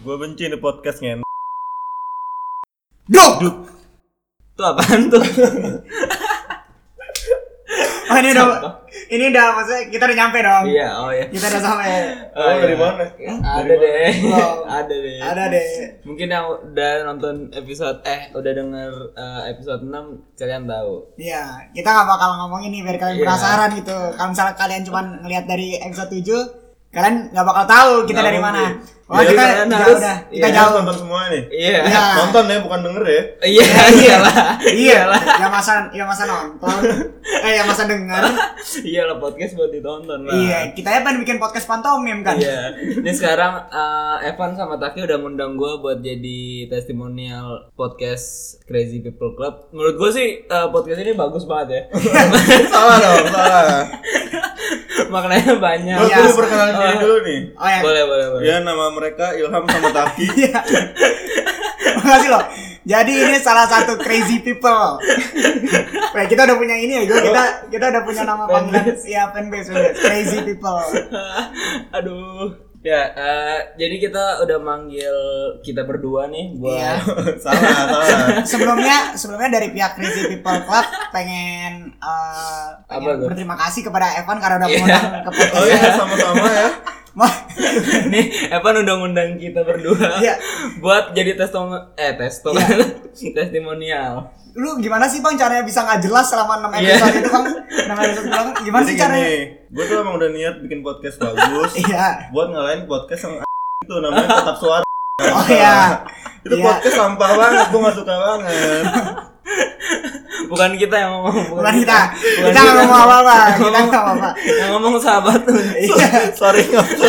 Gue benci nih podcast ngen. Duk. Itu apaan tuh? Oh ini udah maksudnya kita udah nyampe dong. Iya, oh ya. Kita udah sampai. Dari mana? Ada deh. Mungkin yang udah nonton episode udah denger episode 6 kalian tahu. Iya, kita enggak bakal ngomong ini biar kalian penasaran gitu. Kalau misalnya kalian cuma ngelihat dari episode 7, kalian nggak bakal tahu kita dari mana. Wah, kita kita jauh nonton semua nih. Iya. Nonton ya, bukan denger ya. Iyalah. Yang masa nonton. Yang masa denger. Iyalah, podcast buat ditonton lah. Iya, kita ya pengen bikin podcast pantomim kan. Iya. Ini sekarang Evan sama Taki udah ngundang gue buat jadi testimonial podcast Crazy People Club. Menurut gue sih podcast ini bagus banget ya. Salah dong, salah. Maknanya banyak. Gue perkenalan diri dulu nih. Oh ya. Boleh. Ya, nama mereka Ilham sama Taki. Iya. Makasih loh. Jadi ini salah satu crazy people. Kayak kita udah punya ini ya, kita udah punya nama panggilan fanbase crazy people. Aduh. Ya, jadi kita udah manggil kita berdua nih buat salah. Sebelumnya dari pihak Crazy People Club pengen berterima kasih kepada Evan karena udah mengundang ke podcast. Oh iya, sama-sama ya. Nih, Evan udah ngundang kita berdua buat jadi testimonial. Lu gimana sih Bang caranya bisa nggak jelas selama 6 episode itu Bang? 6 episode Bang, gimana sih caranya? Gue tuh emang udah niat bikin podcast bagus. Iya. Buat ngalahin podcast yang itu namanya Kotak Suara. Oh iya. Itu podcast sampah banget, gue gak suka banget. Bukan kita yang ngomong. Bukan kita nggak ngomong apa-apa. Yang ngomong sahabat tuh. Iya. Sorry.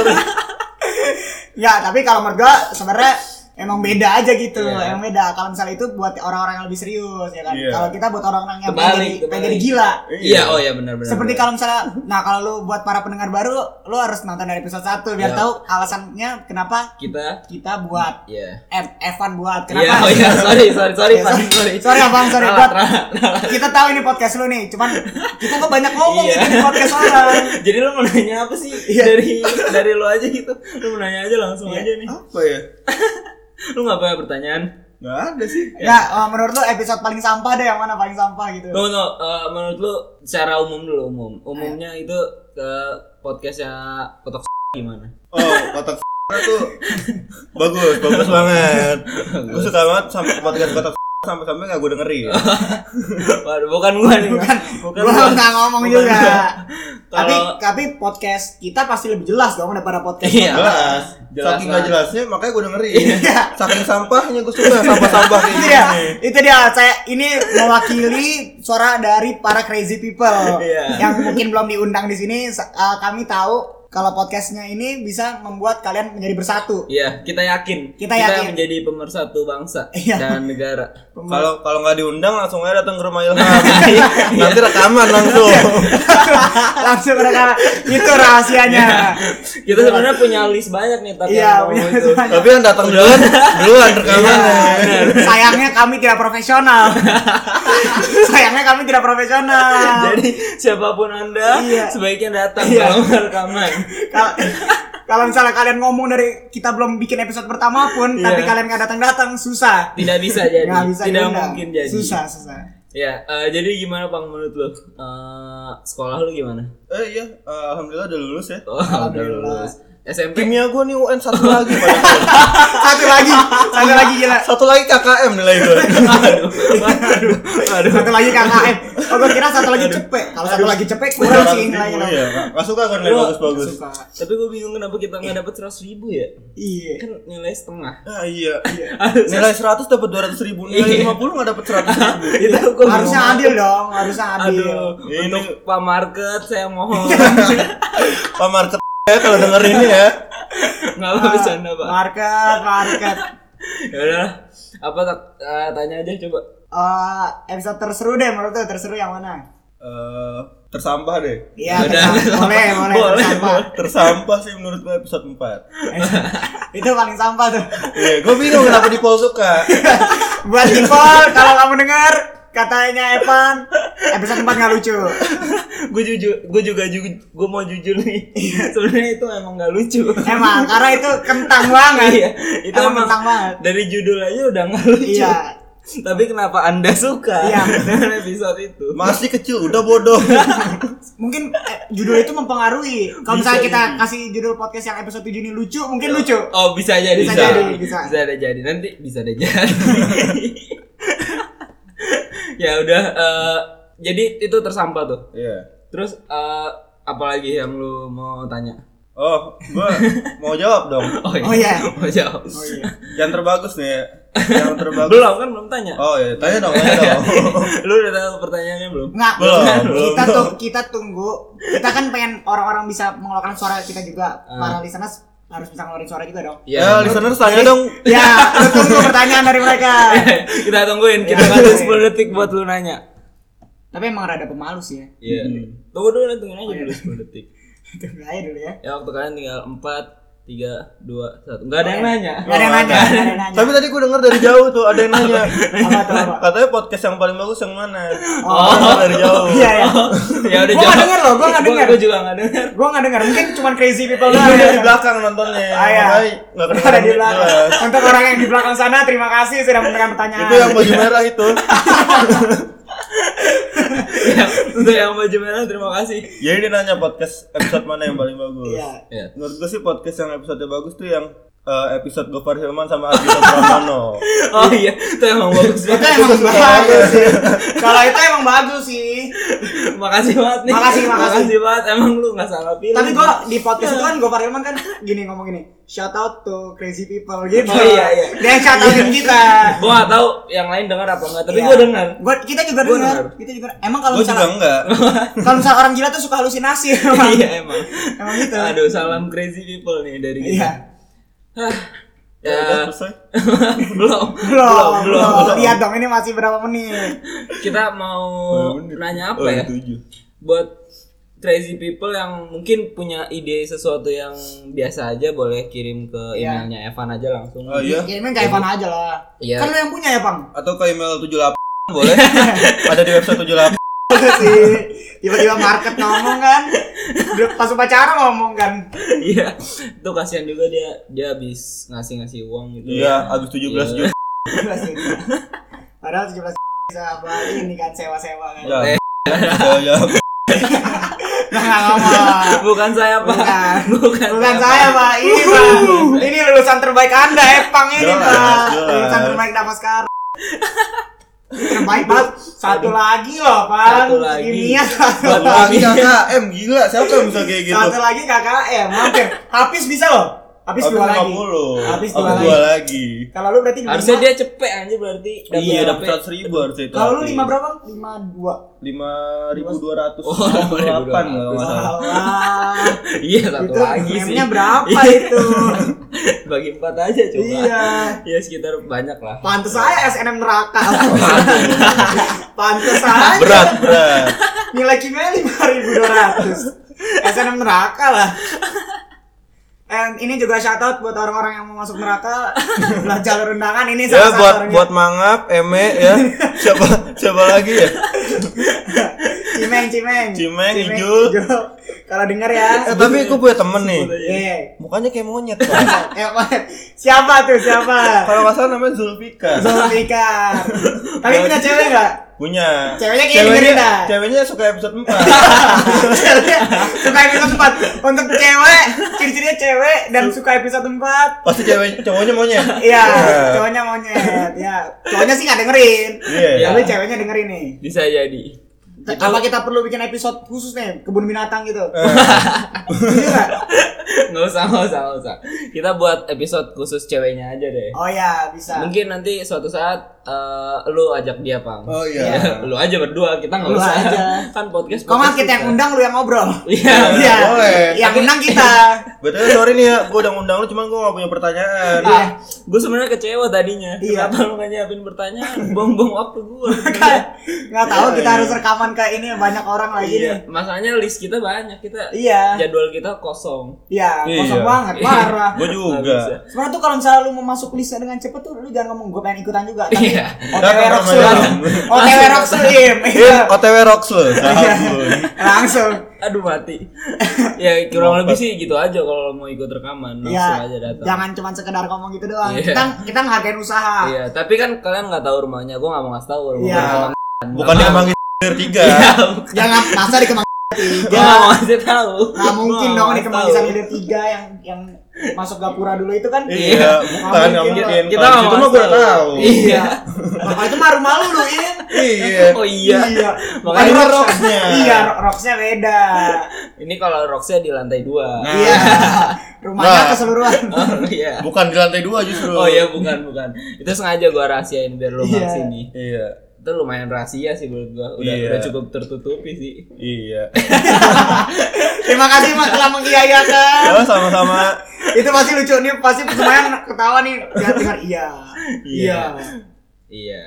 Ya, tapi kalau menurut gue sebenarnya emang beda aja gitu. Yeah. Emang beda. Kalau misalnya itu buat orang-orang yang lebih serius ya kan. Yeah. Kalau kita buat orang-orang yang pengen jadi gila. Iya, oh ya benar. Seperti kalau misalnya kalau lu buat para pendengar baru, lu harus nonton dari episode 1 biar tahu alasannya kenapa kita buat. Iya. Evan buat kenapa? Iya, oh iya, sorry. Sorry Abang, buat. Kita tahu ini podcast lu nih, cuman kita kok banyak ngomong gitu di podcast orang. Jadi lu mau nanya apa sih? Dari lu aja gitu. Lu mau nanya aja langsung aja nih. Apa ya? Lu nggak punya pertanyaan? Nggak ada sih. Ya, menurut lu episode paling sampah deh yang mana paling sampah gitu? Menurut lu secara umum dulu umumnya itu ke podcastnya Kotak gimana? Oh, Kotak tuh bagus banget. Gue suka banget sama podcast Kotak sampai nggak gue dengerin. Waduh, bukan gua nih. Bukan gua nggak ngomong juga. Tapi podcast kita pasti lebih jelas dong daripada podcast. Iya. Jelas. Saking nggak jelasnya makanya gue dengerin. Saking sampahnya gue suka sampah ini. Itu dia. Saya ini mewakili suara dari para crazy people yang mungkin belum diundang di sini. Kami tahu kalau podcastnya ini bisa membuat kalian menjadi bersatu. Iya, kita yakin. Kita menjadi pemersatu bangsa dan negara. Kalau nggak diundang langsung aja datang ke rumah Ilham. Nanti rekaman langsung. Langsung rekaman. Itu rahasianya. Kita sebenarnya punya list banyak nih tapi tapi yang datang duluan rekamannya. Sayangnya kami tidak profesional. Jadi siapapun Anda sebaiknya datang kalau rekaman. Kalau misalnya kalian ngomong dari kita belum bikin episode pertama pun, tapi kalian nggak datang susah. Tidak bisa jadi. Tidak mungkin jadi. Susah. Ya, jadi gimana Bang menurut lu? Sekolah lu gimana? Iya, alhamdulillah udah lulus ya. Oh, udah lulus. SMP. Kimia gue nih UN satu lagi Pak. Satu lagi gila. Satu lagi KKM nilai gue. Aduh. Satu lagi KKM. Oh, gue kira satu lagi cepet. Kalau satu lagi cepet kurang sih nilainya. Iya, enggak suka kan nilai bagus-bagus. Tapi gue bingung kenapa kita enggak dapat 100.000 ya? Iya. Kan nilai setengah. Ah iya. Nilai 100 dapat 200.000, nilai 50 enggak dapat 100.000. Itu harusnya adil dong, Aduh. Untuk Pak Market saya mohon. Pak Market ya kalau denger ini ya. Enggak apa bercanda, Pak. Market. Ya udah. Apa tanya aja coba. Episode terseru deh menurut lu, terseru yang mana? Tersampah deh. Iya, boleh. Tersampah sih menurut gue episode 4. Itu paling sampah tuh. Iya, gue bingung kenapa Dipol suka. Buat Dipol, kalau kamu dengar Katanya Evan episode 4 nggak lucu. Gue mau jujur nih. Sebenarnya itu emang nggak lucu. Emang karena itu kentang banget. Iya, itu emang kentang banget. Dari judul aja udah nggak lucu. Iya. Tapi kenapa Anda suka Iya. dengan episode itu? Masih kecil udah bodoh. Mungkin judul itu mempengaruhi. Kalau misalnya kita kasih judul podcast yang episode 7 ini lucu, mungkin lucu. Oh, bisa jadi. Bisa jadi, bisa. Bisa ada jadi. Nanti bisa ada jadi. Ya udah, jadi itu tersampah tuh. Iya. Terus apalagi yang lu mau tanya? Oh, gua mau jawab dong. Oh iya. Mau jawab. Oh iya. Yang terbagus nih. Yang terbagus. Belum tanya. Oh iya, tanya dong. Lu udah tahu pertanyaannya belum? Nggak, Belum. kita tunggu. Kita kan pengen orang-orang bisa mengeluarkan suara kita juga. Para listeners harus bisa ngeluarin suara juga dong. Ya, listener tanya dong. Ya, lu tunggu pertanyaan dari mereka. Kita tungguin, kita kasih 10 detik buat lu nanya. Tapi emang rada pemalu sih ya. Iya. Tunggu dulu, tungguin aja dulu 10 detik. Tunggu aja dulu ya. Ya waktu kalian tinggal 4, 3, 2, 1. Enggak ada yang nanya. Nggak ada yang nanya. Tapi tadi gue denger dari jauh tuh ada yang nanya. Apa tuh? Katanya podcast yang paling bagus yang mana? Oh. Dari jauh. Iya ya. Ya udah Gua nggak denger loh, gua nggak denger. Gua juga enggak denger. Gua nggak dengar. Mungkin cuma crazy people Dia doang. di belakang nontonnya. Iya. Enggak Ada kedengeran di belakang. jelas. Untuk orang yang di belakang sana, terima kasih sudah memberikan pertanyaan. Itu yang baju merah itu. Ya, untuk yang baju merah terima kasih. Jadi dia nanya podcast episode mana yang paling bagus. Iya. Ya. Menurut gue sih podcast yang episode bagus tuh yang episode Gofar Hilman sama Agito Pramono. Oh iya, itu emang bagus Itu banget. emang bagus sih. Kalau itu emang bagus sih. Makasih banget nih. Makasih. banget. Emang lu enggak salah pilih. Tapi gua di podcast itu kan Gofar Hilman kan gini ngomong gini. Shout out to crazy people gitu. Oh, iya. Dia yang shout outin kita. Gua enggak tahu yang lain dengar apa enggak, tapi Iya. gua dengar. Kita juga Gua dengar. dengar. Kita juga. Emang kalau Gue juga misalnya enggak. kalau misalnya orang gila tuh suka halusinasi. Emang. Iya emang. Emang gitu. Aduh, salam crazy people nih dari kita. Iya. Udah Ya, selesai. belum. Lihat dong ini masih berapa menit. Kita mau nanya apa ya? 7. Buat crazy people yang mungkin punya ide sesuatu yang biasa aja, boleh kirim ke Iya. emailnya Evan aja langsung. Oh iya. Kirimin ke Evan aja lah. Iya. Kan lu yang punya ya, Bang? Atau ke email 78 boleh. Ada di website 78. Sih. Tiba-tiba market ngomong kan. Pas upacara ngomong kan. Iya. Itu kasihan juga dia habis ngasih uang gitu. Iya, habis 17 juta. 17 juta. Padahal 17 bisa apa ini kan sewa-sewa kan. Ya. Eh. Ya. Nggak ngomong. Bukan saya, Pak. Bukan saya, Pak. Ini, Pak. Ini lulusan terbaik Anda, Epang ini, Jelas, Pak. jelas. Lulusan terbaik Damaskar. Terbaik banget. Satu lagi loh, Pak. Satu lagi. Kimia satu Satu lagi KKM gila, siapa yang bisa kayak gitu? Satu lagi KKM, hampir. Habis bisa loh. Habis 2 lagi. 50. Habis Oh, 2 dua lagi. Kalau lu berarti 5. Harusnya dia cepet anjir berarti. Iya, dapat 100.000 harusnya itu. Kalau lu habis. 5 berapa? 52. 5.200. Oh, 8 enggak masalah. Salah. Iya, satu Itu lagi sih. memnya berapa itu? Bagi 4 aja coba. Iya. Ya sekitar banyak lah. Pantes saya SNM neraka. Pantes saya. Berat. Nilai kimia 5.200. SNM neraka lah. And ini juga shout out buat orang-orang yang mau masuk neraka. Belajar jalur undangan ini Ya salah buat Mangap, Eme ya. Siapa lagi ya? Cimeng. Cimeng, Ijul. Kalau denger ya. Tapi aku punya temen nih. Iya. Mukanya kayak monyet, Pak. Siapa tuh? Siapa? Kalau nggak salah namanya Zulfikar. Zulfikar. Tapi punya cewek enggak? Punya. Ceweknya kayak dengerin dah. Ceweknya suka episode 4. Suka episode 4. Untuk cewek, ciri-cirinya cewek dan suka episode 4. Pasti cowoknya monyet. Iya, cowoknya monyet. Ya, cowoknya sih nggak dengerin. Iya. Tapi ceweknya dengerin nih. Bisa jadi. Apa kita perlu bikin episode khusus nih kebun binatang gitu? Iya. Nggak usah. Kita buat episode khusus ceweknya aja deh. Oh ya, bisa. Mungkin nanti suatu saat lu ajak dia, Pang. Oh iya. Lu aja berdua, kita nggak Lu usah. aja. Kan podcast. Kok nggak kita yang undang, lu yang ngobrol? Iya. Iya. boleh. Yang undang kita. Betul, sorry nih ya, gue udah ngundang lu, cuman gue gak punya pertanyaan. Gue sebenarnya kecewa tadinya. Iya. Kenapa lu gak nyiapin pertanyaan? Buang-buang waktu gue. Nggak tahu kita harus rekaman ke ini banyak orang lagi nih. Masalahnya list kita banyak, kita jadwal kita kosong. Iya, kosong banget, parah. Gue juga. Sebenarnya tuh kalau misalnya lu mau masuk listnya dengan cepet tuh lu jangan ngomong gue pengen ikutan juga. Tapi OTW Rocksul. OTW Rocksul. Langsung. Aduh mati. Ya kurang lebih sih gitu aja kalau mau ikut rekaman langsung aja datang. Jangan cuma sekedar ngomong gitu doang. Kita menghargain usaha. Iya, tapi kan kalian nggak tahu rumahnya. Gue nggak mau ngasih tahu rumahnya. Bukan di Kemang 3. Jangan masa di Kemang 3. Gue nggak mau ngasih tahu. Nggak mungkin dong di Kemang 3 yang masuk gapura dulu itu kan. Iya, bukan nggak mungkin. Kita nggak mau. Itu mah gue udah tahu. Iya. Maka itu mah rumah lu In. Iya. Oh iya. Makanya Rocksnya. Iya, Rocksnya beda. Ini kalau Rocksnya di lantai 2. Iya. Rumahnya keseluruhan. Oh iya. Bukan di lantai 2 justru. Oh iya, bukan. Itu sengaja gua rahasiain biar lu nggak sini. Iya. Itu lumayan rahasia sih menurut gua. Udah cukup tertutupi sih. Iya. Terima kasih Mas telah mengiyakan. Sama-sama. Itu pasti lucu nih, pasti semuanya ketawa nih. Dengar Iya.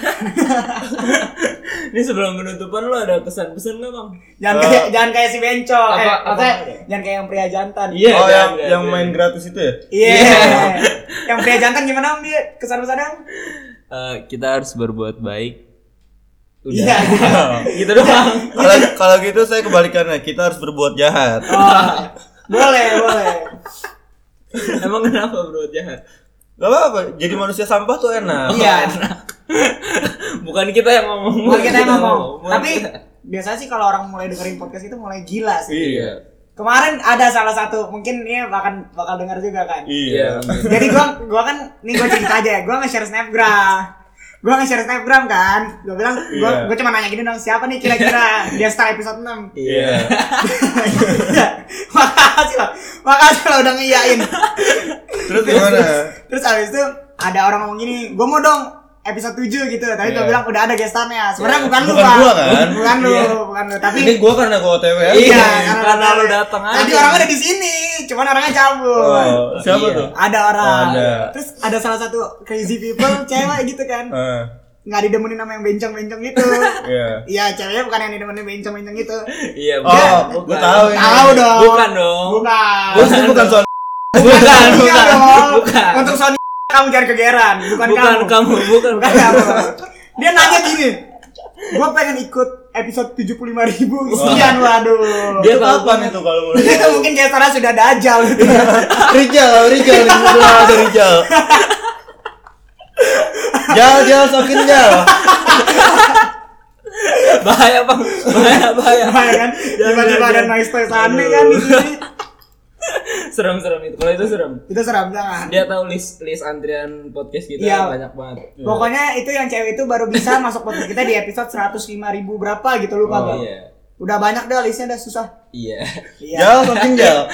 Ini sebelum penutupan lo ada pesan-pesan nggak Bang? Jangan kayak si Bencong. Apa? Jangan kayak yang pria jantan. Iya. Oh yang main gratis itu ya? Iya. Yang pria jantan gimana Om dia? Kesan-pesannya Om? Kita harus berbuat baik. Udah. Iya. Gitu doang. Kalau gitu saya kebalikannya, kita harus berbuat jahat. Boleh. Emang kenapa berbuat jahat? Gak apa-apa, jadi manusia sampah tuh enak. Iya. Bukan kita yang ngomong. Tapi biasanya sih kalau orang mulai dengerin podcast itu mulai gila sih. Iya. Kemarin ada salah satu, mungkin ini bakal dengar juga kan. Iya. Jadi gua kan gue cerita aja, gua nge-share snapgram kan. Gua bilang gua cuma nanya gini dong, siapa nih kira-kira dia star episode 6. Iya. Makasih lo udah ngiyain. Terus gimana? Terus abis itu ada orang ngomong gini, gua mau dong episode 7 gitu. Tapi gua bilang udah ada gestarnya. Sebenarnya bukan lu, Bang. Gua kan? Bukan lu. Tapi ini gua karena gua OTW ya. Iya, karena lu datang aja. tadi orang ada di sini, cuman orangnya cabut. Oh, siapa tuh? Ada orang. Ada. Terus ada salah satu crazy people cewek gitu kan. Nggak didemenin sama yang bencong-bencong gitu. Iya. Iya, ceweknya bukan yang didemenin bencong-bencong gitu. Iya, gua tahu ini. Tahu dong. Bukan dong. Bukan soal Bukan. Untuk Sony kamu jangan kegeran, bukan kamu. Bukan kamu. Dia nanya gini, gua pengen ikut episode 75.000 sekian, waduh. Dia kapan itu kalau mulai? Itu mungkin gestarnya sudah dajal gitu. Rijal ada Rijal. Jal sokin jal. Bahaya Bang. Bahaya kan. Tiba-tiba ada noise aneh kan di sini. Serem itu. Kalau itu serem. Itu seram jangan. Dia tahu list antrian podcast kita banyak banget. Pokoknya itu yang cewek itu baru bisa masuk podcast kita di episode 105.000 berapa gitu lupa Bang. Iya. Udah banyak dah listnya udah susah. Iya. Jal sokin jal.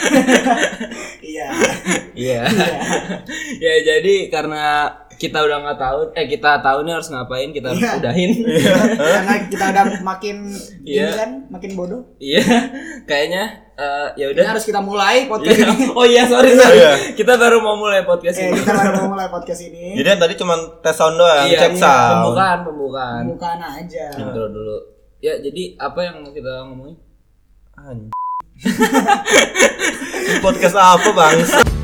Iya. Ya jadi karena kita udah nggak tahu, kita tahu nih harus ngapain, kita harus udahin. Karena kita udah makin ini kan, makin bodoh. Iya, kayaknya ya udah harus kita mulai podcast ini. Oh iya, sorry. Kita baru mau mulai podcast ini. Kita baru mau mulai podcast ini. Jadi tadi cuma tes sound doang, cek sound. Pembukaan aja. Intro dulu. Ya, jadi apa yang mau kita ngomongin? Podcast apa, Bang?